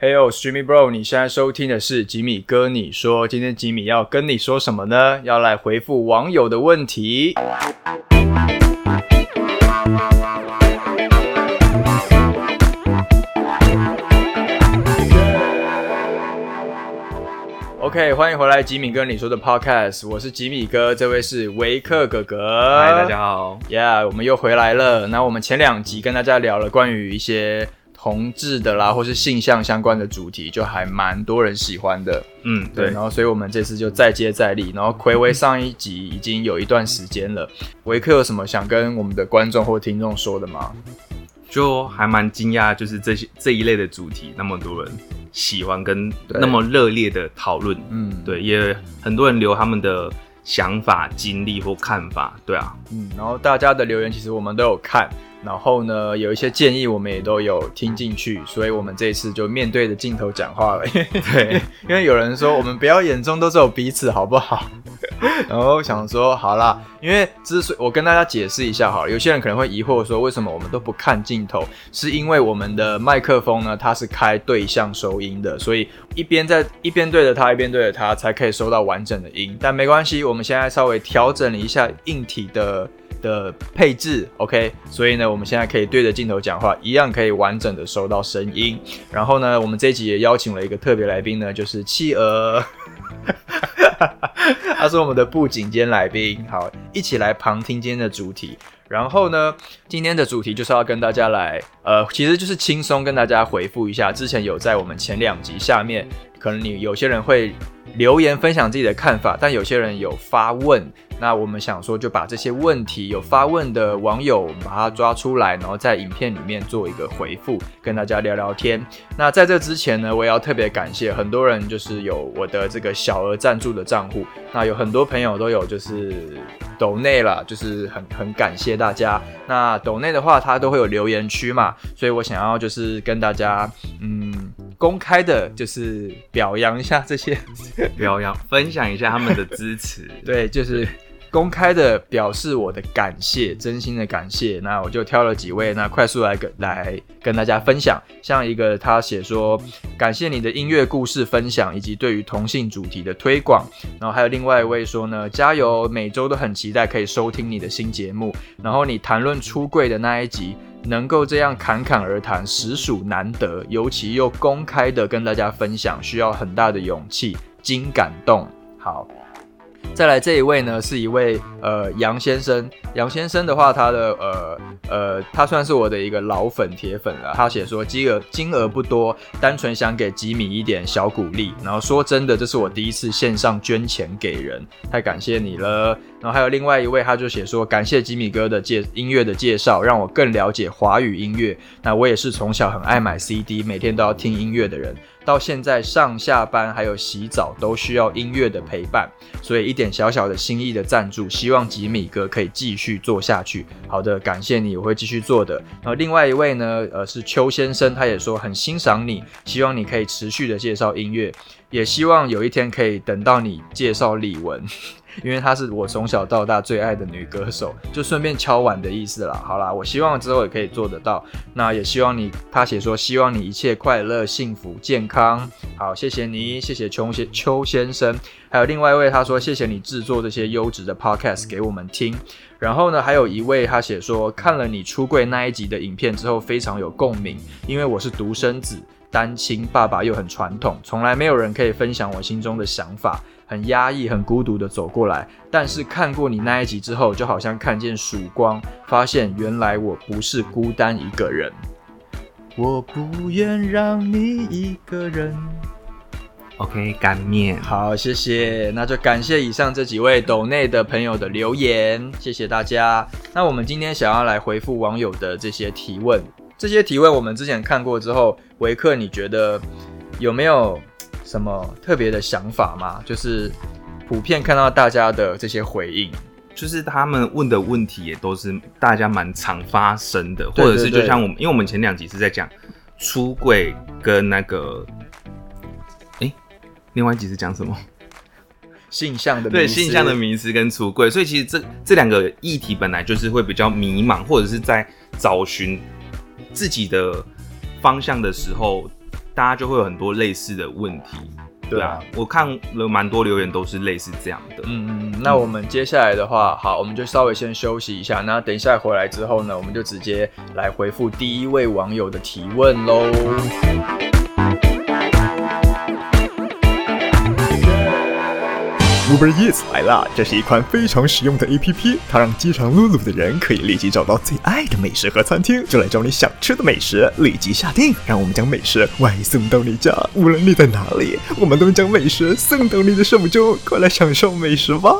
Hey yo, Streamy Bro， 你现在收听的是吉米哥你说，今天吉米要跟你说什么呢？要来回复网友的问题。OK， 欢迎回来吉米哥你说的 Podcast， 我是吉米哥，这位是维克哥哥。 嗨，大家好。 Yeah， 我们又回来了。那我们前2集跟大家聊了关于一些同志的啦，或是性向相关的主题，就还蛮多人喜欢的。对。然后，所以我们这次就再接再厉。然后睽违上一集已经有一段时间了。维克有什么想跟我们的观众或听众说的吗？ 就还蛮惊讶，就是这一类的主题，那么多人喜欢跟那么热烈的讨论。对，也很多人留他们的想法、经历或看法。对啊。 然后大家的留言其实我们都有看。然后呢，有一些建议我们也都有听进去，所以我们这一次就面对着镜头讲话了。对，因为有人说我们不要眼中都只有彼此，好不好？然后想说好啦，因为之所以我跟大家解释一下好了，有些人可能会疑惑说为什么我们都不看镜头，是因为我们的麦克风呢，它是开对向收音的，所以一边对着它，一边对着它，才可以收到完整的音。但没关系，我们现在稍微调整了一下硬体的配置 ，OK， 所以呢，我们现在可以对着镜头讲话，一样可以完整的收到声音。然后呢，我们这一集也邀请了一个特别来宾呢，就是企鹅，他是我们的布景兼来宾，好，一起来旁听今天的主题。然后呢，今天的主题就是要跟大家来，其实就是轻松跟大家回复一下，之前有在我们前2集下面，可能你有些人会留言分享自己的看法，但有些人有发问，那我们想说就把这些问题有发问的网友把它抓出来，然后在影片里面做一个回复，跟大家聊聊天。那在这之前呢，我也要特别感谢很多人，就是有我的这个小额赞助的账户，那有很多朋友都有就是抖内啦，就是很感谢大家。那抖内的话，它都会有留言区嘛，所以我想要就是跟大家公开的就是表扬一下这些分享一下他们的支持。 对，就是公开的表示我的感谢，真心的感谢。那我就挑了几位，那快速来跟大家分享。像一个他写说，感谢你的音乐故事分享，以及对于同性主题的推广。然后还有另外一位说呢，加油，每周都很期待可以收听你的新节目。然后你谈论出柜的那一集，能够这样侃侃而谈，实属难得，尤其又公开的跟大家分享，需要很大的勇气，经感动。好。再来这一位呢，是一位杨先生。杨先生的话，他算是我的一个老粉铁粉了。他写说金额不多，单纯想给吉米一点小鼓励。然后说真的，这是我第一次线上捐钱给人，太感谢你了。然后还有另外一位，他就写说感谢吉米哥的音乐的介绍，让我更了解华语音乐。那我也是从小很爱买 CD， 每天都要听音乐的人。到现在上下班还有洗澡都需要音乐的陪伴，所以一点小小的心意的赞助，希望吉米哥可以继续做下去。好的，感谢你，我会继续做的。然后另外一位呢，是邱先生，他也说很欣赏你，希望你可以持续的介绍音乐，也希望有一天可以等到你介绍李玟。因为她是我从小到大最爱的女歌手，就顺便敲碗的意思啦。好啦，我希望之后也可以做得到。那也希望你，他写说希望你一切快乐、幸福、健康。好，谢谢你，谢谢邱先生。还有另外一位，他说谢谢你制作这些优质的 podcast 给我们听。然后呢，还有一位他写说看了你出柜那一集的影片之后非常有共鸣，因为我是独生子。单亲，爸爸又很传统，从来没有人可以分享我心中的想法，很压抑很孤独的走过来，但是看过你那一集之后，就好像看见曙光，发现原来我不是孤单一个人，我不愿让你一个人。 OK， 干面。 好，谢谢，那就感谢以上这几位抖内的朋友的留言，谢谢大家。那我们今天想要来回复网友的这些提问，这些提问我们之前看过之后，维克你觉得有没有什么特别的想法吗？就是普遍看到大家的这些回应， 就是他们问的问题也都是大家蛮常发生的，或者是就像我们，因为我们前2集是在讲出柜跟那个，另外一集是讲什么？ 性向的迷思， 对，性向的迷思跟出柜，所以其实这2个议题本来就是会比较迷茫，或者是在找寻自己的方向的时候， 大家就会有很多类似的问题。对啊，我看了蛮多留言都是类似这样的。 那我们接下来的话，好，我们就稍微先休息一下。那等一下回来之后呢，我们就直接来回复第一位网友的提问咯。 Uber Eats 来啦！这是一款非常实用的 APP， 它让饥肠辘辘的人可以立即找到最爱的美食和餐厅，就来找你想吃的美食，立即下定，让我们将美食外送到你家。无论你在哪里，我们都将美食送到你的手中，快来享受美食吧！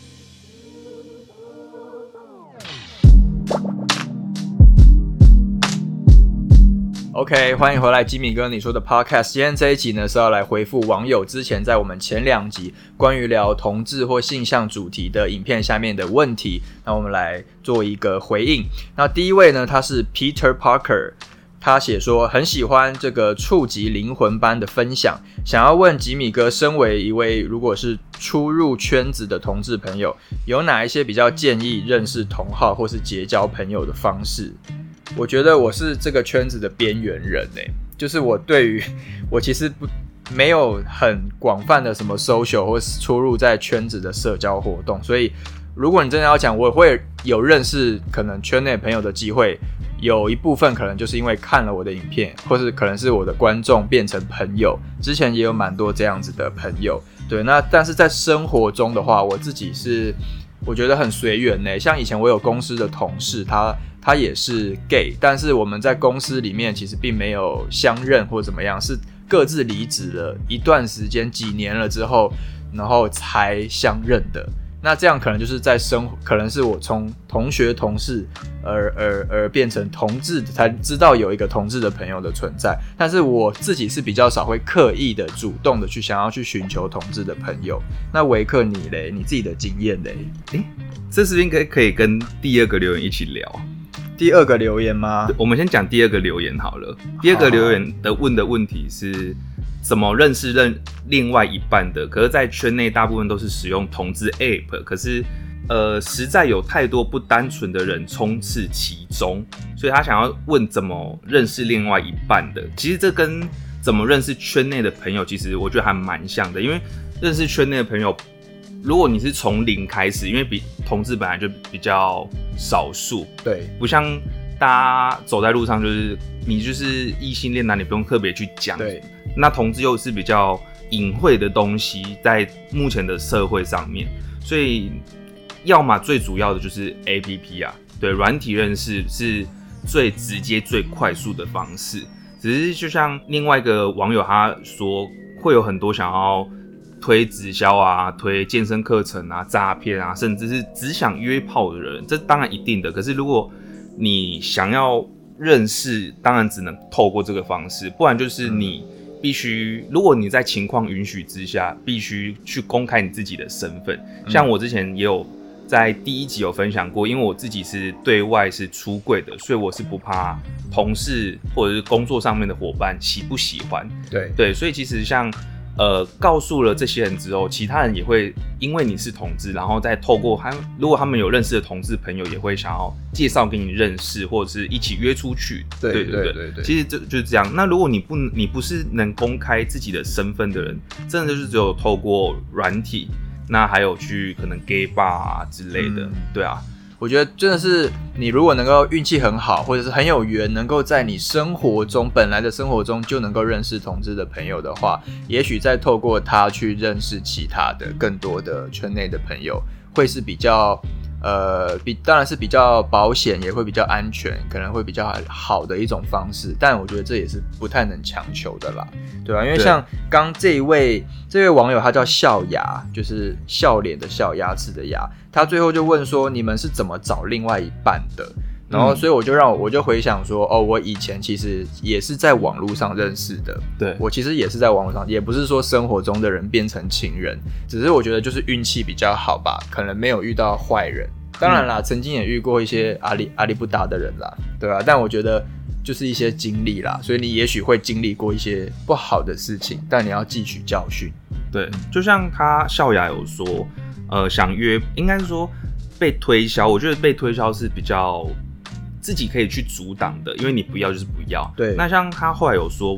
OK， 欢迎回来，吉米哥你说的 Podcast。今天这一集呢是要来回复网友之前在我们前2集关于聊同志或性向主题的影片下面的问题，那我们来做一个回应。那第一位呢，他是 Peter Parker， 他写说很喜欢这个触及灵魂般的分享，想要问吉米哥，身为一位如果是初入圈子的同志朋友，有哪一些比较建议认识同好或是结交朋友的方式？我觉得我是这个圈子的边缘人就是我其实没有很广泛的什么 social 或是出入在圈子的社交活动，所以如果你真的要讲，我会有认识可能圈内朋友的机会，有一部分可能就是因为看了我的影片，或是可能是我的观众变成朋友，之前也有蛮多这样子的朋友。对，那但是在生活中的话，我自己是我觉得很随缘像以前我有公司的同事，他也是 gay， 但是我们在公司里面其实并没有相认或怎么样，是各自离职了一段时间几年了之后，然后才相认的。那这样可能就是在可能是我从同学同事而变成同志，才知道有一个同志的朋友的存在。但是我自己是比较少会刻意的主动的去想要去寻求同志的朋友。那维克你嘞，你自己的经验嘞？ 这是应该可以跟第二个留言一起聊。 第二个留言吗？ 我们先讲第二个留言好了。第二个留言问的问题是怎么认识另外一半的？可是，在圈内大部分都是使用同志 App， 可是实在有太多不单纯的人充斥其中，所以他想要问怎么认识另外一半的。其实这跟怎么认识圈内的朋友，其实我觉得还蛮像的，因为认识圈内的朋友，如果你是从零开始，因为同志本来就比较少数， 对， 不像大家走在路上你就是异性恋，你不用特别去讲。 对， 那同志又是比较隐晦的东西，在目前的社会上面，所以要么最主要的就是 APP 啊，对，软体认识是最直接、最快速的方式。只是就像另外一个网友他说，会有很多想要推直销啊、推健身课程啊、诈骗啊，甚至是只想约炮的人，这当然一定的。可是如果你想要认识，当然只能透过这个方式，不然就是你必须，如果你在情况允许之下，必须去公开你自己的身份。像我之前也有在第1集有分享过，因为我自己是对外是出柜的，所以我是不怕同事或者是工作上面的伙伴喜不喜欢。对，所以其实像告诉了这些人之后，其他人也会因为你是同志，然后再透过如果他们有认识的同志朋友，也会想要介绍给你认识，或者是一起约出去。对，其实就是这样。那如果你不是能公开自己的身份的人，真的就是只有透过软体，那还有去可能 gay bar 啊之类的，对啊。 我觉得真的是你如果能够运气很好，或者是很有缘，能够在你本来的生活中就能够认识同志的朋友的话，也许再透过他去认识其他的更多的圈内的朋友，会是比较当然是比较保险，也会比较安全，可能会比较好的一种方式。但我觉得这也是不太能强求的啦，对吧？因为像刚这位网友，他叫笑牙，就是笑脸的笑，牙齿的牙。他最后就问说：“你们是怎么找另外一半的？”然后，所以我就回想说，我以前其实也是在网络上认识的。对，我其实也是在网络上，也不是说生活中的人变成情人，只是我觉得就是运气比较好吧，可能没有遇到坏人。当然啦，曾经也遇过一些阿里不达的人啦，对吧？但我觉得就是一些经历啦，所以你也许会经历过一些不好的事情，但你要汲取教训。 对，就像他笑雅有说，想约，应该是说被推销，我觉得被推销是比较自己可以去阻挡的，因为你不要就是不要。对，那像他后来有说，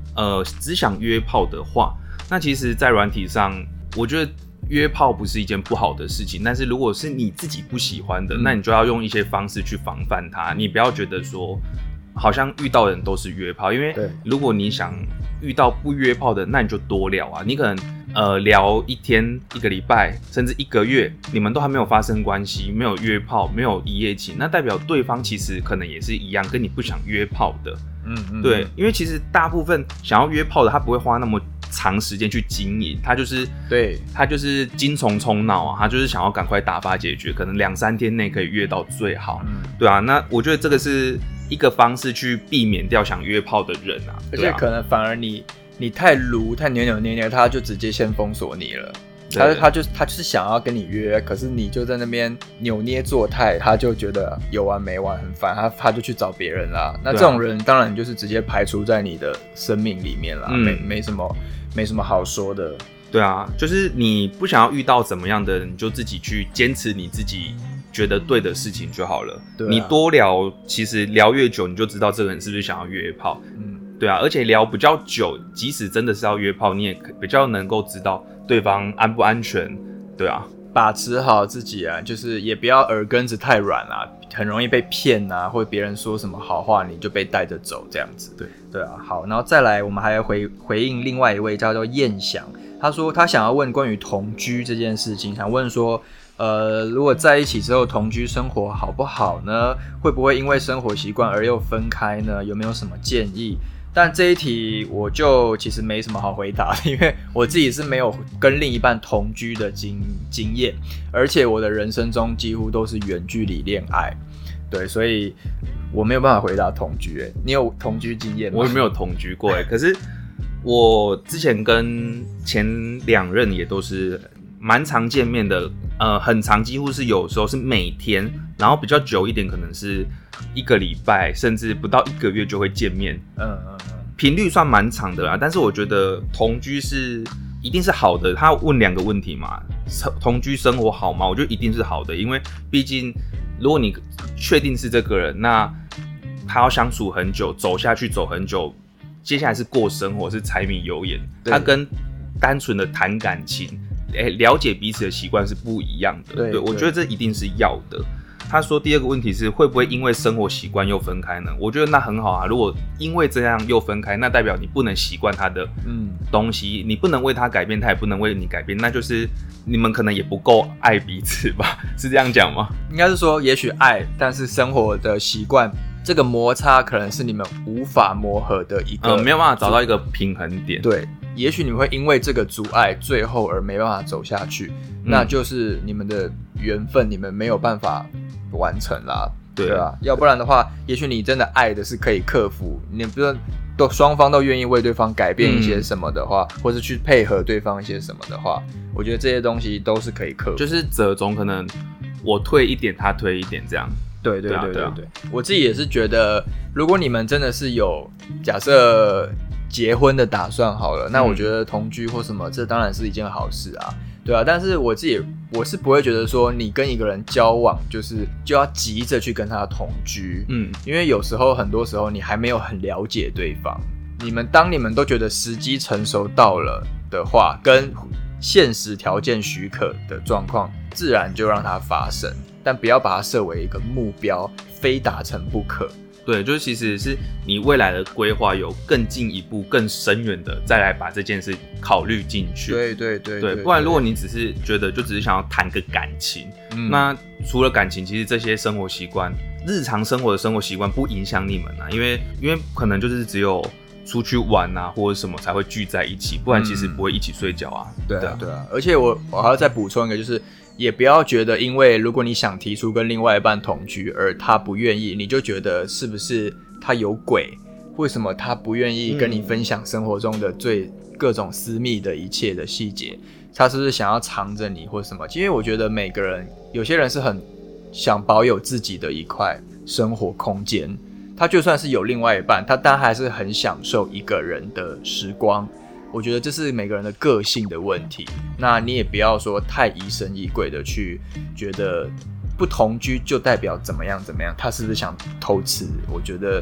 只想约炮的话，那其实在软体上，我觉得约炮不是一件不好的事情，但是如果是你自己不喜欢的，那你就要用一些方式去防范它。你不要觉得说好像遇到的人都是约炮，因为如果你想遇到不约炮的，那你就多聊啊。你可能聊一天、一个礼拜，甚至1个月，你们都还没有发生关系，没有约炮，没有一夜情，那代表对方其实可能也是一样，跟你不想约炮的。对，因为其实大部分想要约炮的，他不会花那么长时间去经营，他就是精虫充脑啊，他就是想要赶快打发解决，可能2-3天内可以约到最好。对啊，那我觉得这个是一个方式去避免掉想约炮的人啊， 而且可能反而你太撸太扭扭捏捏，他就直接先封锁你了。他就是想要跟你约，可是你就在那边扭捏作态，他就觉得有完没完很烦，他就去找别人啦。那这种人当然就是直接排除在你的生命里面啦，没什么好说的。 对啊，就是你不想要遇到怎么样的人，你就自己去坚持你自己觉得对的事情就好了。对啊，你多聊，其实聊越久，你就知道这个人是不是想要约炮。对啊，而且聊比较久，即使真的是要约炮，你也比较能够知道对方安不安全。对啊， 把持好自己啊，就是也不要耳根子太软啊，很容易被骗啊，或者别人说什么好话你就被带着走这样子。对啊，好，然后再来我们还要回应另外一位叫做燕翔，他说他想要问关于同居这件事情，想问说如果在一起之后同居生活好不好呢？会不会因为生活习惯而又分开呢？有没有什么建议？但这一题我就其实没什么好回答的，因为我自己是没有跟另一半同居的经验，而且我的人生中几乎都是远距离恋爱，对，所以我没有办法回答同居。你有同居经验吗？ 我也没有同居过，可是我之前跟前2任也都是蛮常见面的，很常，几乎是有时候是每天，然后比较久一点可能是1个礼拜，甚至不到1个月就会见面。频率算蛮长的啦，但是我觉得同居是一定是好的。他问2个问题嘛，同居生活好吗？我觉得一定是好的，因为毕竟如果你确定是这个人，那他要相处很久，走下去走很久，接下来是过生活，是柴米油盐，他跟单纯的谈感情，了解彼此的习惯是不一样的。对，我觉得这一定是要的。他说第2个问题是会不会因为生活习惯又分开呢？我觉得那很好啊，如果因为这样又分开，那代表你不能习惯他的东西，你不能为他改变，他也不能为你改变，那就是你们可能也不够爱彼此吧？是这样讲吗？ 应该是说也许爱，但是生活的习惯这个摩擦可能是你们无法磨合的一个， 没有办法找到一个平衡点。 对，也许你们会因为这个阻碍最后而没办法走下去，那就是你们的缘分，你们没有办法完成啦。对啊，要不然的话，也许你真的爱的是可以克服，你比如说双方都愿意为对方改变一些什么的话，或是去配合对方一些什么的话，我觉得这些东西都是可以克服。 就是折中，可能我退一点，他退一点这样。 对，我自己也是觉得，如果你们真的是有假设结婚的打算好了，那我觉得同居或什么，这当然是一件好事啊。对啊，但是我是不会觉得说你跟一个人交往就要急着去跟他同居，因为很多时候你还没有很了解对方。当你们都觉得时机成熟到了的话，跟现实条件许可的状况，自然就让它发生，但不要把它设为一个目标，非达成不可。 对，就是其实是你未来的规划有更进一步、更深远的，再来把这件事考虑进去。 对， 不然如果你只是觉得就只是想要谈个感情，那除了感情，其实这些生活习惯、日常生活的生活习惯不影响你们啊，因为可能就是只有出去玩啊或者什么才会聚在一起，不然其实不会一起睡觉啊。对啊， 而且我还要再补充一个，就是也不要觉得因为如果你想提出跟另外一半同居而他不愿意，你就觉得是不是他有鬼，为什么他不愿意跟你分享生活中的各种私密的一切的细节，他是不是想要藏着你或什么？因为我觉得每个人，有些人是很想保有自己的一块生活空间，他就算是有另外一半，他当然还是很享受一个人的时光。我觉得这是每个人的个性的问题，那你也不要说太疑神疑鬼的去觉得不同居就代表怎么样，他是不是想偷吃？我觉得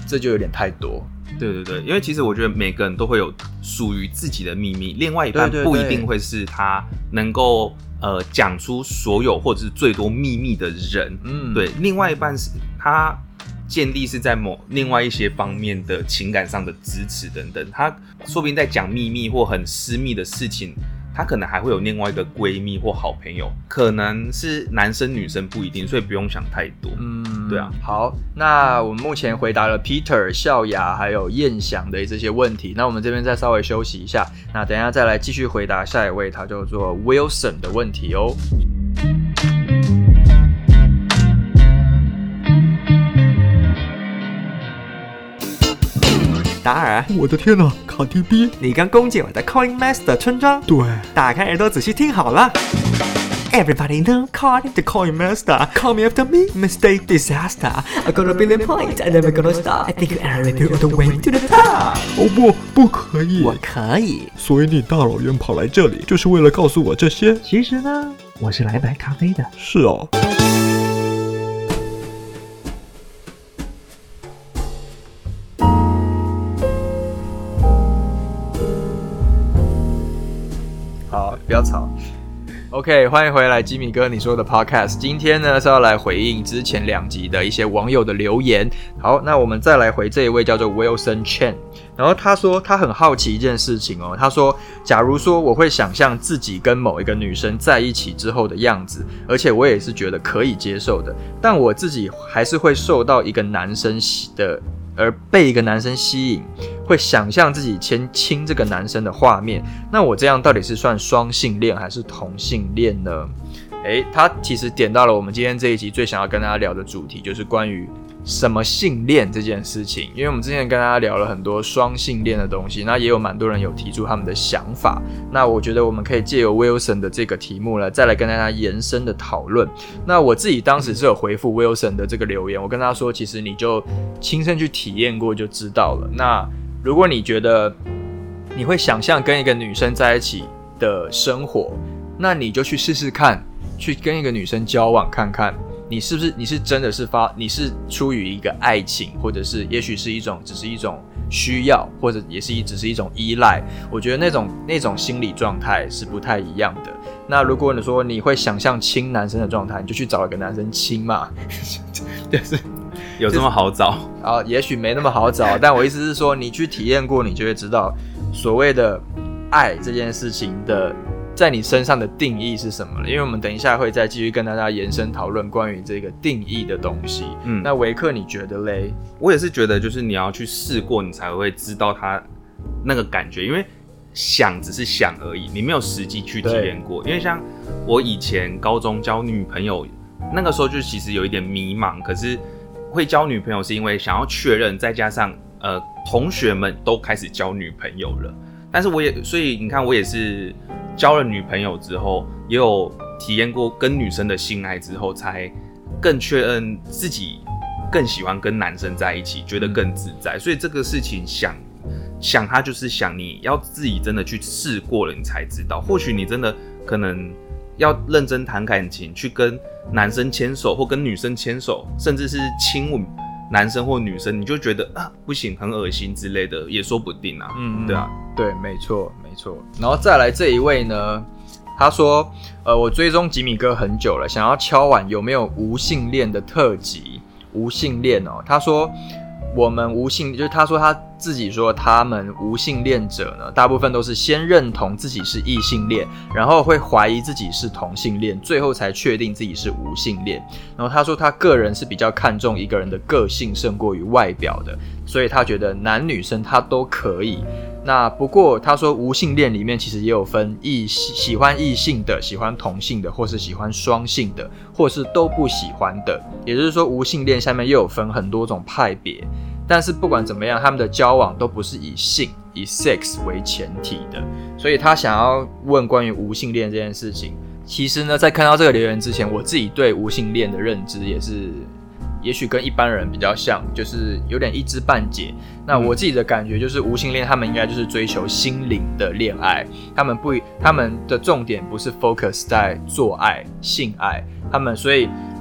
这就有点太多。 对对对，因为其实我觉得每个人都会有属于自己的秘密，另外一半不一定会是他能够讲出所有或者是最多秘密的人，对，另外一半是他建立是在另外一些方面的情感上的支持等等，他说不定在讲秘密或很私密的事情，他可能还会有另外一个闺蜜或好朋友，可能是男生女生不一定，所以不用想太多。对啊。 好，那我们目前回答了 Peter、孝雅还有燕翔的这些问题，那我们这边再稍微休息一下，那等一下再来继续回答下一位，他叫做 Wilson 的问题哦。 达尔， 我的天哪，卡迪 B， 你刚攻进我的 Coin Master 村庄。 对， 打开耳朵仔细听好了。Everybody know Card the Coin Master. Call me after me, mistake disaster. I got a billion points, I'm never gonna stop. I think you elevate all the way to the top. 哦不可以， 我可以。 所以你大老远跑来这里，就是为了告诉我这些？ 其实呢，我是来买咖啡的。 是哦。 好，不要吵。OK， 欢迎回来，吉米哥你说的 Podcast。今天呢是要来回应之前2集的一些网友的留言。好，那我们再来回这一位叫做 Wilson Chen， 然后他说他很好奇一件事情哦，他说假如说我会想象自己跟某一个女生在一起之后的样子，而且我也是觉得可以接受的，但我自己还是会受到一个男生的而被一个男生吸引，会想象自己亲这个男生的画面，那我这样到底是算双性恋还是同性恋呢？他其实点到了我们今天这一集最想要跟大家聊的主题，就是关于什么性恋这件事情。因为我们之前跟大家聊了很多双性恋的东西，那也有蛮多人有提出他们的想法，那我觉得我们可以借由 Wilson 的这个题目呢，再来跟大家延伸的讨论。那我自己当时是有回复 Wilson 的这个留言，我跟他说其实你就亲身去体验过就知道了。那如果你觉得你会想象跟一个女生在一起的生活，那你就去试试看，去跟一个女生交往看看，你是真的是你是出于一个爱情，或者是也许是只是一种需要，或者也是只是一种依赖。我觉得那种心理状态是不太一样的。那如果你说你会想象亲男生的状态，你就去找一个男生亲嘛，就是有这么好找啊？也许没那么好找，但我意思是说，你去体验过，你就会知道所谓的爱这件事情的在你身上的定义是什么了。因为我们等一下会再继续跟大家延伸讨论关于这个定义的东西。那维克你觉得嘞？ 我也是觉得，就是你要去试过，你才会知道它那个感觉，因为想只是想而已，你没有实际去体验过。因为像我以前高中交女朋友，那个时候就其实有一点迷茫，可是会交女朋友是因为想要确认，再加上同学们都开始交女朋友了，但是所以你看我也是交了女朋友之后，也有体验过跟女生的性爱之后，才更确认自己更喜欢跟男生在一起，觉得更自在。所以这个事情想它就是想你要自己真的去试过了，你才知道。或许你真的可能要认真谈感情，去跟男生牵手或跟女生牵手，甚至是亲吻男生或女生，你就觉得不行，很恶心之类的，也说不定啊。对啊， 对，没错没错。然后再来这一位呢，他说我追踪吉米哥很久了，想要敲碗有没有无性恋的特辑？无性恋哦，他说我们无性，就是他说他自己说他们无性恋者呢，大部分都是先认同自己是异性恋，然后会怀疑自己是同性恋，最后才确定自己是无性恋。然后他说他个人是比较看重一个人的个性胜过于外表的，所以他觉得男女生他都可以。那不过他说无性恋里面其实也有分喜欢异性的、喜欢同性的，或是喜欢双性的，或是都不喜欢的。也就是说无性恋下面又有分很多种派别，但是不管怎么样，他们的交往都不是以性、以 sex 为前提的。所以他想要问关于无性恋这件事情。其实呢，在看到这个留言之前，我自己对无性恋的认知也许跟一般人比较像，就是有点一知半解。那我自己的感觉就是无性恋他们应该就是追求心灵的恋爱，他们的重点不是 focus 在做爱、性爱，所以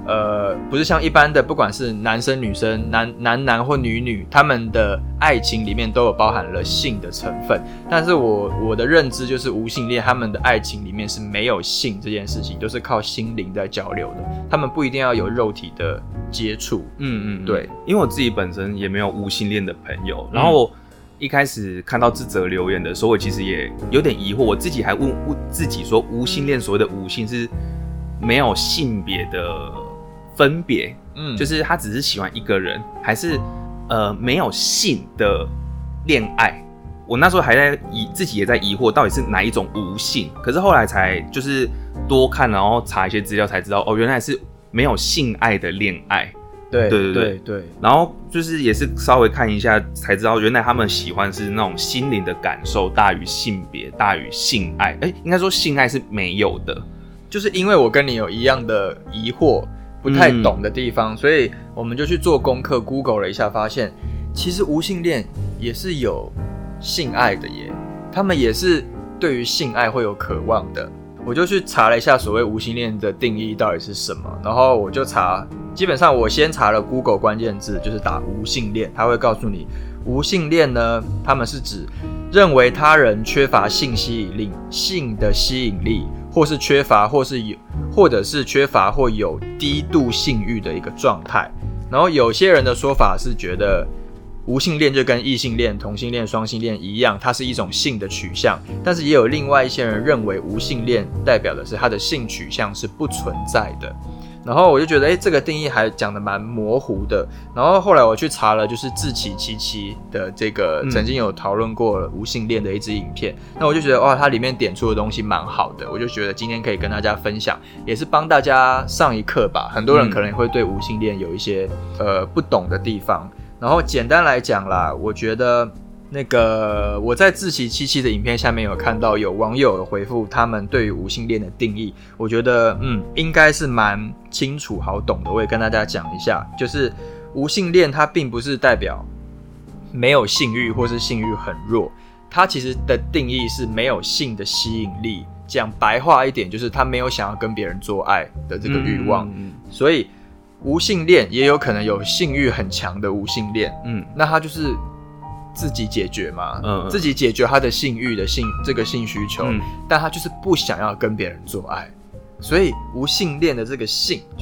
不是像一般的，不管是男生女生、男或女，他们的爱情里面都有包含了性的成分。但是我的认知就是无性恋，他们的爱情里面是没有性这件事情，都是靠心灵在交流的。他们不一定要有肉体的接触。对， 因为我自己本身也没有无性恋的朋友，然后我一开始看到这则留言的时候，我其实也有点疑惑，我自己还问自己说，无性恋所谓的无性是没有性别的分别，就是他只是喜欢一个人，还是没有性的恋爱？我那时候还在自己也在疑惑，到底是哪一种无性？可是后来才就是多看，然后查一些资料才知道，原来是没有性爱的恋爱。对，然后就是也是稍微看一下才知道，原来他们喜欢是那种心灵的感受大于性别大于性爱。应该说性爱是没有的， 就是因为我跟你有一样的疑惑，不太懂的地方，所以我们就去做功课 ，Google 了一下，发现其实无性恋也是有性爱的耶，他们也是对于性爱会有渴望的。我就去查了一下所谓无性恋的定义到底是什么，然后我就查，基本上我先查了 Google 关键字，就是打无性恋，它会告诉你无性恋呢，他们是指认为他人缺乏性吸引力、性的吸引力，或是缺乏或者是缺乏或有低度性欲的一个状态。然后有些人的说法是觉得无性恋就跟异性恋、同性恋、双性恋一样，它是一种性的取向，但是也有另外一些人认为无性恋代表的是他的性取向是不存在的。然后我就觉得这个定义还讲得蛮模糊的。然后后来我去查了就是志祺七七的这个曾经有讨论过无性恋的一支影片，那我就觉得哇，它里面点出的东西蛮好的，我就觉得今天可以跟大家分享，也是帮大家上一课吧。很多人可能会对无性恋有一些不懂的地方。然后简单来讲啦，我觉得那个我在志祺七七的影片下面有看到有网友有回复他们对于无性恋的定义，我觉得应该是蛮清楚好懂的。我也跟大家讲一下，就是无性恋它并不是代表没有性欲或是性欲很弱，它其实的定义是没有性的吸引力，讲白话一点就是他没有想要跟别人做爱的这个欲望。所以无性恋也有可能有性欲很强的无性恋，那他就是自己解决嘛，自己解决他的性欲的这个性需求，但他就是不想要跟别人做爱，所以无性恋的这个性就是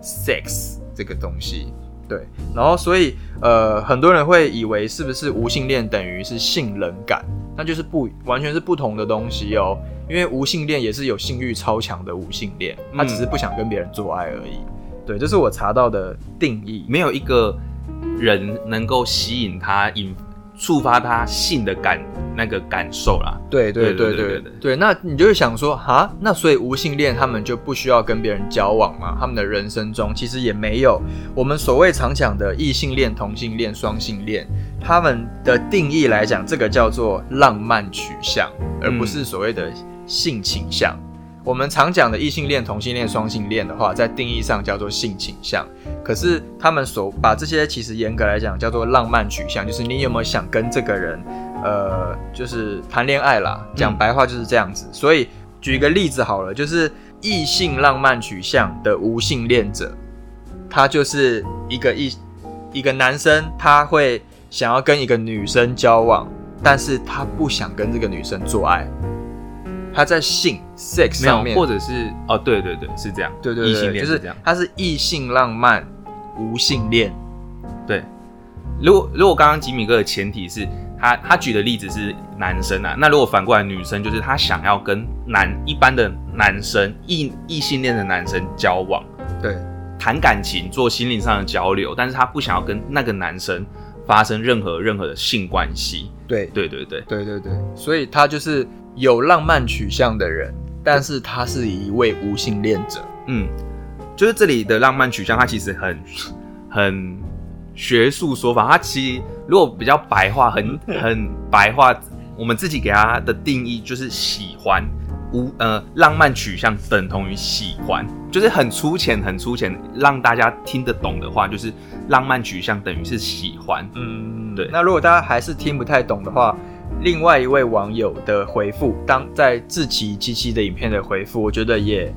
sex 这个东西，对。然后所以很多人会以为是不是无性恋等于是性冷感，那就是完全是不同的东西哦。因为无性恋也是有性欲超强的无性恋，他只是不想跟别人做爱而已。对，这是我查到的定义。 没有一个人能够吸引他、触发他性的那个感受啦。 对，那你就会想说，那所以无性恋他们就不需要跟别人交往吗？他们的人生中其实也没有。我们所谓常讲的异性恋、同性恋、双性恋，他们的定义来讲，这个叫做浪漫取向，而不是所谓的性倾向。我们常讲的异性恋、同性恋、双性恋的话，在定义上叫做性倾向，可是他们把这些其实严格来讲叫做浪漫取向，就是你有没有想跟这个人就是谈恋爱啦，讲白话就是这样子。所以举一个例子好了，就是异性浪漫取向的无性恋者，他就是一个男生，他会想要跟一个女生交往，但是他不想跟这个女生做爱。他在性 sex 上面， 或者是对，是这样，对，异性恋是这样， 他是异性浪漫无性恋。 对，如果刚刚吉米哥的前提是他举的例子是男生啊，那如果反过来女生就是他想要跟一般的男生异性恋的男生交往， 对， 谈感情做心灵上的交流，但是他不想要跟那个男生发生任何的性关系。对， 所以他就是有浪漫取向的人，但是他是一位无性恋者。 就是这里的浪漫取向，它其实很学术说法。它其实如果比较白话，很白话，我们自己给它的定义就是喜欢。浪漫取向等同于喜欢，就是很粗浅，让大家听得懂的话，就是浪漫取向等于是喜欢。对。 那如果大家还是听不太懂的话，另外一位网友的回复，在志祺七七的影片的回复，我觉得也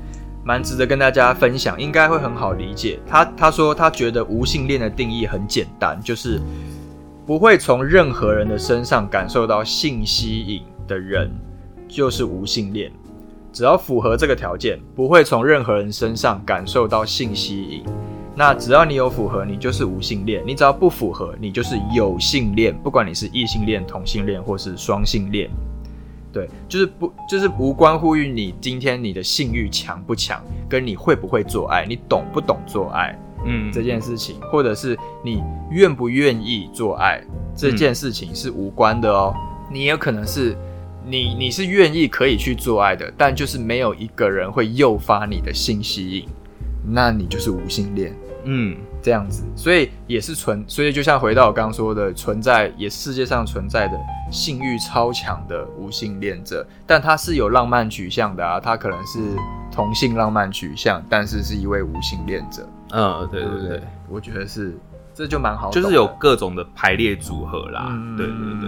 蛮值得跟大家分享，应该会很好理解。他说他觉得无性恋的定义很简单，就是不会从任何人的身上感受到性吸引的人就是无性恋。只要符合这个条件，不会从任何人身上感受到性吸引，那只要你有符合，你就是无性恋；你只要不符合，你就是有性恋，不管你是异性恋、同性恋或是双性恋。对，就是无关乎于你今天你的性欲强不强，跟你会不会做爱，你懂不懂做爱，这件事情，或者是你愿不愿意做爱这件事情是无关的哦。你也有可能是你是愿意可以去做爱的，但就是没有一个人会诱发你的性吸引，那你就是无性恋。这样子，所以也是所以就像回到我刚刚说的，也世界上存在的性欲超强的无性恋者，但他是有浪漫取向的啊，他可能是同性浪漫取向，但是是一位无性恋者。 对对对， 我觉得是，这就蛮好懂的， 就是有各种的排列组合啦。对对对。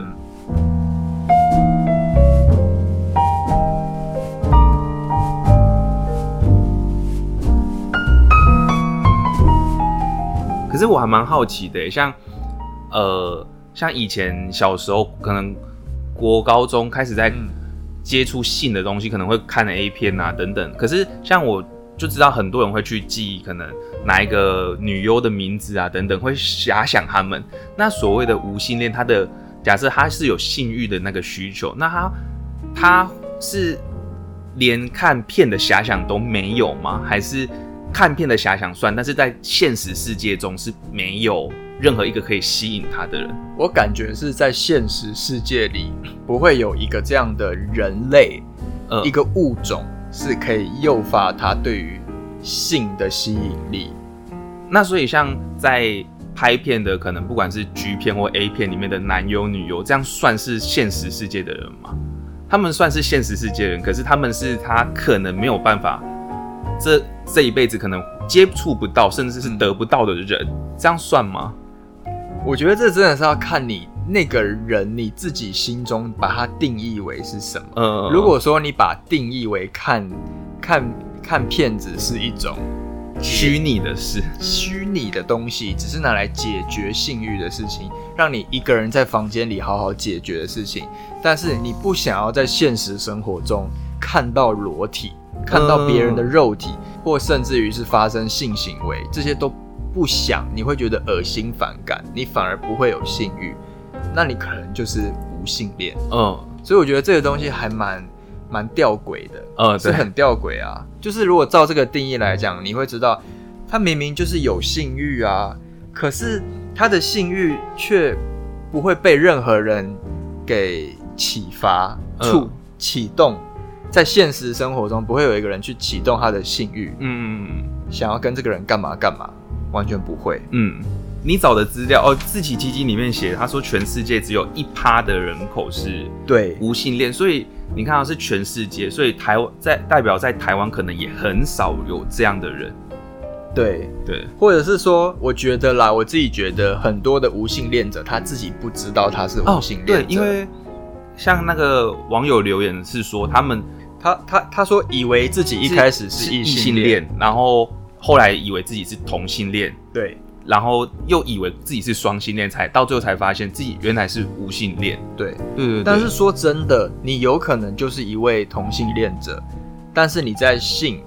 可是我还蛮好奇的，像以前小时候，可能国高中开始在接触性的东西，可能会看 A 片啊等等。可是像我就知道很多人会去记可能哪一个女优的名字啊等等，会遐想他们。那所谓的无性恋，假设他是有性欲的那个需求，那他是连看片的遐想都没有吗？还是看片的遐想算，但是在现实世界中是没有任何一个可以吸引他的人？ 我感觉是在现实世界里不会有一个这样的人类，一个物种是可以诱发他对于性的吸引力。 那所以像在拍片的，可能不管是 G 片或 A 片里面的男优女优，这样算是现实世界的人吗？他们算是现实世界的人，可是他可能没有办法这一辈子可能接触不到，甚至是得不到的人，这样算吗？ 我觉得这真的是要看你那个人你自己心中把它定义为是什么。如果说你把定义为看片子是一种虚拟的事， 虚拟的东西，只是拿来解决性欲的事情，让你一个人在房间里好好解决的事情，但是你不想要在现实生活中看到裸体，看到别人的肉体，或甚至于是发生性行为，这些都不想，你会觉得恶心反感，你反而不会有性欲，那你可能就是无性恋。所以我觉得这个东西还蛮吊诡的，是很吊诡啊。就是如果照这个定义来讲，你会知道他明明就是有性欲啊，可是他的性欲却不会被任何人给启发、启动。在现实生活中，不会有一个人去启动他的性欲，想要跟这个人干嘛干嘛，完全不会。 你找的资料自己基金里面写，他说全世界只有1%的人口是无性恋，所以你看到是全世界，所以代表在台湾可能也很少有这样的人。 对，或者是说，我觉得啦，我自己觉得很多的无性恋者他自己不知道他是无性恋者。对， 因为像那个网友留言是说， 他说以为自己一开始是异性恋， 然后后来以为自己是同性恋， 对， 然后又以为自己是双性恋，到最后才发现自己原来是无性恋。 对。但是说真的，你有可能就是一位同性恋者，但是你在性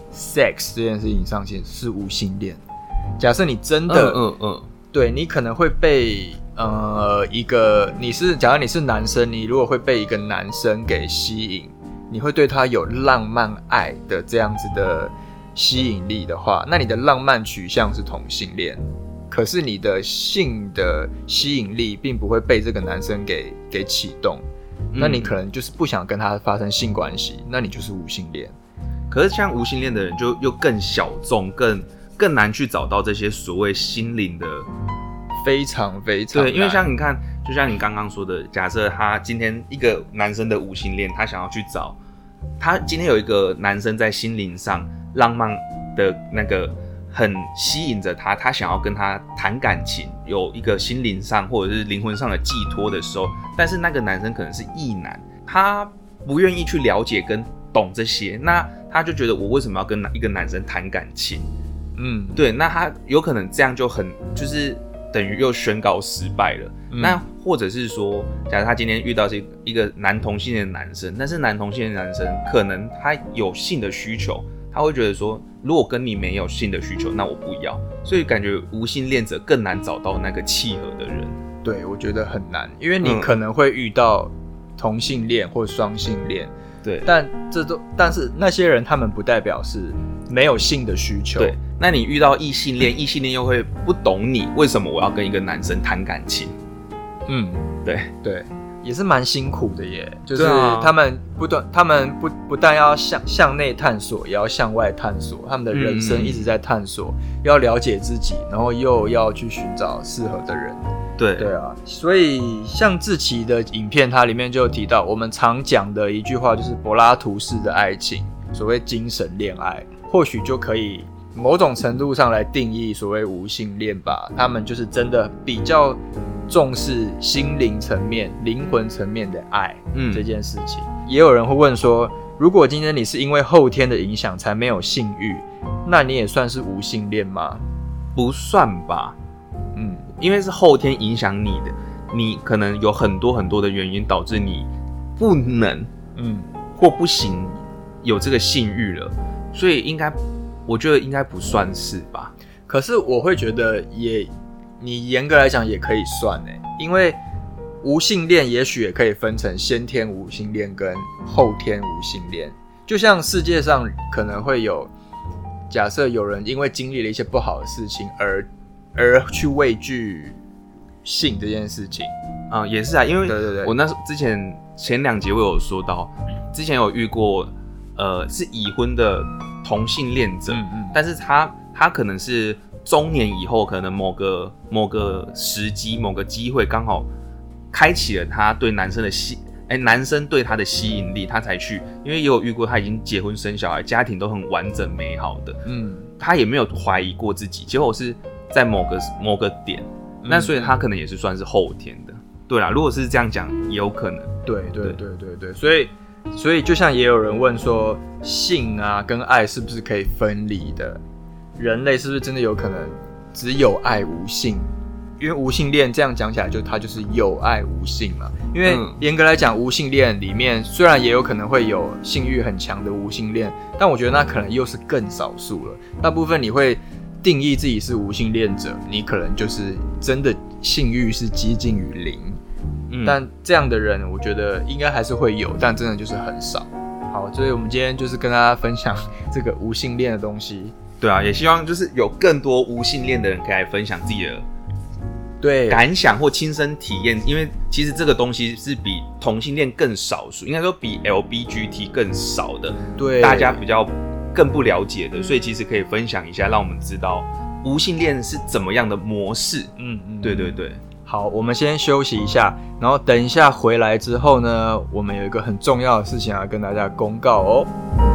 sex 这件事情上是无性恋。假设你真的，对，你可能会被假如你是男生，你如果会被一个男生给吸引，你会对他有浪漫爱的这样子的吸引力的话，那你的浪漫取向是同性恋，可是你的性的吸引力并不会被这个男生给启动，那你可能就是不想跟他发生性关系，那你就是无性恋。 可是像无性恋的人就又更小众，更难去找到这些所谓心灵的， 非常非常对，因为像你看，就像你刚刚说的，假设他今天一个男生的无性恋，他想要去找他今天有一个男生在心灵上浪漫的那个很吸引着他，他想要跟他谈感情，有一个心灵上或者是灵魂上的寄托的时候，但是那个男生可能是异男，他不愿意去了解跟懂这些，那他就觉得我为什么要跟一个男生谈感情？对，那他有可能这样就是等于又宣告失败了。那或者是说，假如他今天遇到是一个男同性恋的男生，但是男同性恋的男生可能他有性的需求，他会觉得说，如果跟你没有性的需求，那我不要。所以感觉无性恋者更难找到那个契合的人。 对，我觉得很难，因为你可能会遇到同性恋或双性恋， 对， 但是那些人他们不代表是没有性的需求。 对，那你遇到异性恋，异性恋又会不懂你为什么我要跟一个男生谈感情。对， 也是蛮辛苦的耶。就是他们不但要向内探索，也要向外探索，他们的人生一直在探索，要了解自己，然后又要去寻找适合的人。对啊，所以像志祺的影片，它里面就有提到我们常讲的一句话，就是柏拉图式的爱情，所谓精神恋爱，或许就可以某种程度上来定义所谓无性恋吧。他们就是真的比较重视心灵层面、灵魂层面的爱这件事情。也有人会问说，如果今天你是因为后天的影响才没有性欲，那你也算是无性恋吗？ 不算吧。因为是后天影响你的，你可能有很多很多的原因导致你不能，或不行有这个性欲了，所以我觉得应该不算是吧。 可是我会觉得你严格来讲也可以算因为无性恋也许也可以分成先天无性恋跟后天无性恋。就像世界上可能会有，假设有人因为经历了一些不好的事情而去畏惧性这件事情也是啊，因为对我那之前前2节我有说到，之前有遇过是已婚的同性恋者，但是他可能是中年以后，可能某个时机、某个机会刚好开启了他对男生的男生对他的吸引力，他才去。因为也有遇过他已经结婚生小孩，家庭都很完整美好的，他也没有怀疑过自己，结果是在某个点，那所以他可能也是算是后天的。对啦，如果是这样讲，也有可能。对， 所以就像也有人问说，性啊跟爱是不是可以分离的？人类是不是真的有可能只有爱无性？因为无性恋这样讲起来，它就是有爱无性嘛。因为严格来讲，无性恋里面虽然也有可能会有性欲很强的无性恋，但我觉得那可能又是更少数了。大部分你会定义自己是无性恋者，你可能就是真的性欲是接近于零。但这样的人，我觉得应该还是会有，但真的就是很少。好，所以我们今天就是跟大家分享这个无性恋的东西。 对啊，也希望就是有更多无性恋的人可以来分享自己的感想或亲身体验，因为其实这个东西是比同性恋更少数，应该说比 LBGT 更少的，对，大家比较更不了解的，所以其实可以分享一下，让我们知道无性恋是怎么样的模式。对。 好，我们先休息一下，然后等一下回来之后呢，我们有一个很重要的事情要跟大家公告哦。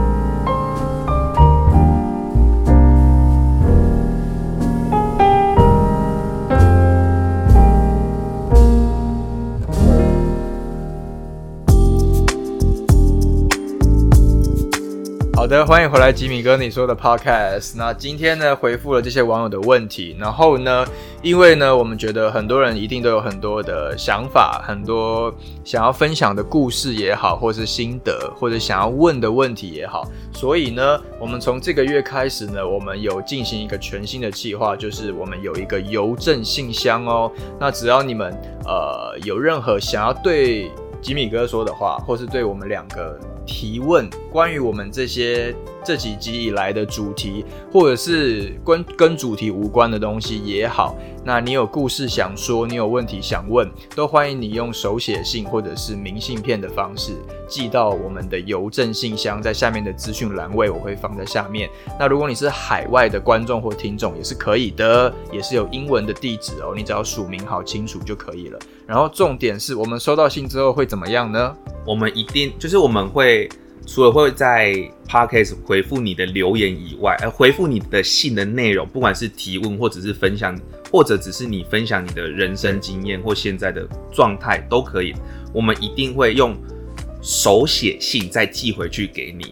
好的，欢迎回来吉米哥你说的 podcast。 那今天呢回复了这些网友的问题，然后呢因为呢我们觉得很多人一定都有很多的想法，很多想要分享的故事也好，或是心得，或者想要问的问题也好，所以呢我们从这个月开始呢，我们有进行一个全新的计划，就是我们有一个邮政信箱哦。那只要你们有任何想要对吉米哥说的话，或是对我们两个提问，关于我们这几集以来的主题，或者是跟主题无关的东西也好，那你有故事想说，你有问题想问，都欢迎你用手写信或者是明信片的方式寄到我们的邮政信箱，在下面的资讯栏位我会放在下面。那如果你是海外的观众或听众也是可以的，也是有英文的地址哦，你只要署名好清楚就可以了。然后重点是我们收到信之后会怎么样呢？ 我们一定就是我们会除了会在 Podcast 回复你的留言以外，回复你的信的内容，不管是提问或者是分享，或者只是你分享你的人生经验或现在的状态都可以，我们一定会用手写信再寄回去给你。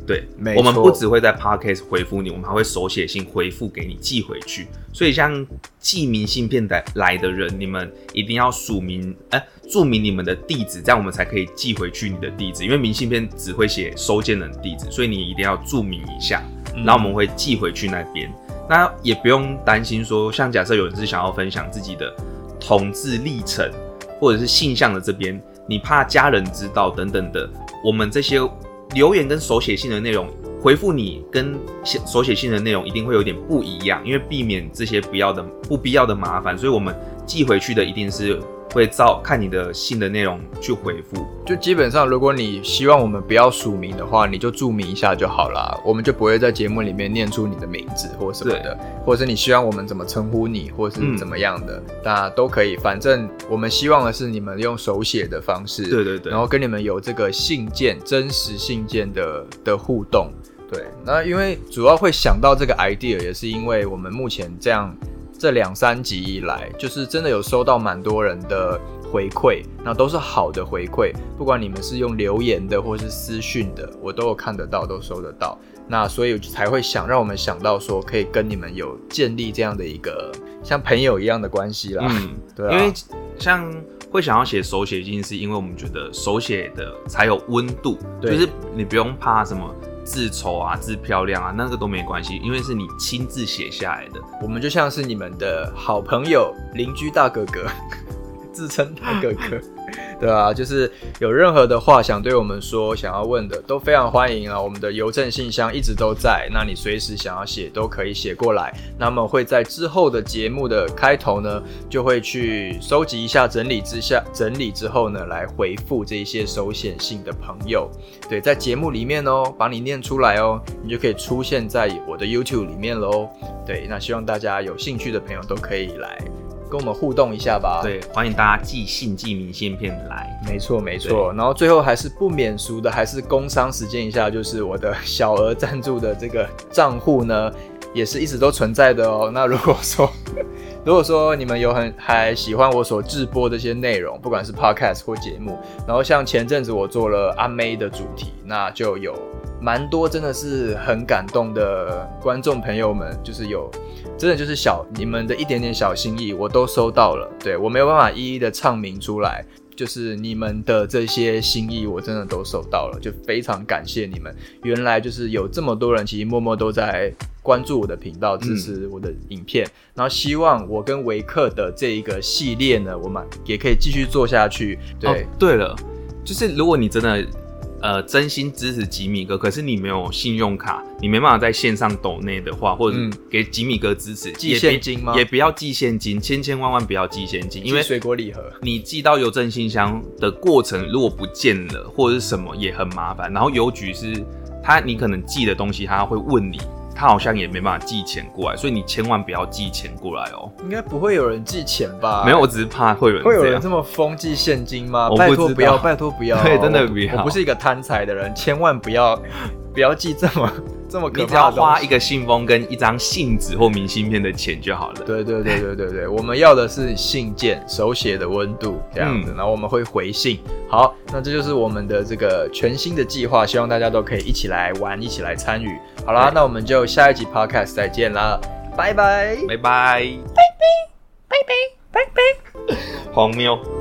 对， 没错， 我们不只会在 podcast 回复你，我们还会手写信回复给你寄回去。所以像寄明信片来的人，你们一定要注明你们的地址，这样我们才可以寄回去你的地址。因为明信片只会写收件人地址，所以你一定要注明一下，然后我们会寄回去那边。那也不用担心说，像假设有人是想要分享自己的同志历程，或者是性向的这边，你怕家人知道等等的，我们这些留言跟手写信的内容回复你跟手写信的内容一定会有点不一样，因为避免这些不必要的麻烦，所以我们寄回去的一定是会看你的信的内容去回复。 就基本上，如果你希望我们不要署名的话，你就注明一下就好啦，我们就不会在节目里面念出你的名字或什么的，或者是你希望我们怎么称呼你，或是怎么样的，大家都可以。反正我们希望的是你们用手写的方式，对，然后跟你们有这个信件、真实信件的互动。对，那因为主要会想到这个 idea， 也是因为我们目前这2-3集以来，就是真的有收到蛮多人的回馈，那都是好的回馈，不管你们是用留言的或是私讯的，我都有看得到，都收得到。那所以才会让我们想到说，可以跟你们有建立这样的一个像朋友一样的关系啦。对啊， 因为像会想要写手写信，是因为我们觉得手写的才有温度，就是你不用怕什么字丑啊、字漂亮啊，那个都没关系，因为是你亲自写下来的。 我们就像是你们的好朋友、邻居大哥哥，自称大哥哥，对啊，就是有任何的话想对我们说、想要问的，都非常欢迎啊。我们的邮政信箱一直都在，那你随时想要写都可以写过来。那么会在之后的节目的开头呢，就会去收集一下、整理之后呢，来回复这些手写信的朋友。对，在节目里面哦，把你念出来哦，你就可以出现在我的 YouTube 里面喽。对，那希望大家有兴趣的朋友都可以来跟我们互动一下吧。 对，欢迎大家寄明信片来。 没错。然后最后还是不免俗的，还是工商实践一下，就是我的小额赞助的这个账户呢，也是一直都存在的哦。那如果说你们还喜欢我所制播的这些内容，不管是 podcast 或节目，然后像前阵子我做了阿妹的主题，那就有蛮多真的是很感动的观众朋友们，就是真的就是你们的一点点小心意我都收到了。对，我没有办法一一的唱名出来，就是你们的这些心意我真的都收到了，就非常感谢你们。原来就是有这么多人其实默默都在关注我的频道，支持我的影片，然后希望我跟维克的这一个系列呢，我们也可以继续做下去。对， 对了，就是如果你真的真心支持吉米哥，可是你没有信用卡，你没办法在线上抖内的话，或者给吉米哥支持， 寄现金吗？ 也不要寄现金，千万不要寄现金，因为寄水果礼盒， 你寄到邮政信箱的过程如果不见了或者是什么也很麻烦，然后邮局是你可能寄的东西他会问你，他好像也没办法寄钱过来，所以你千万不要寄钱过来哦。 应该不会有人寄钱吧？ 没有，我只是怕会有人这么疯寄现金吗？ 我拜托不要，拜托不要， 对，真的不要。 我不是一个贪财的人，千万不要寄这么可怕的东西。 你只要花一个信封跟一张信纸或明信片的钱就好了。 对，我们要的是信件手写的温度这样子，然后我们会回信。好，那这就是我们的这个全新的计划，希望大家都可以一起来玩，一起来参与。好啦，那我们就下一集 podcast 再见啦，拜拜， 荒谬。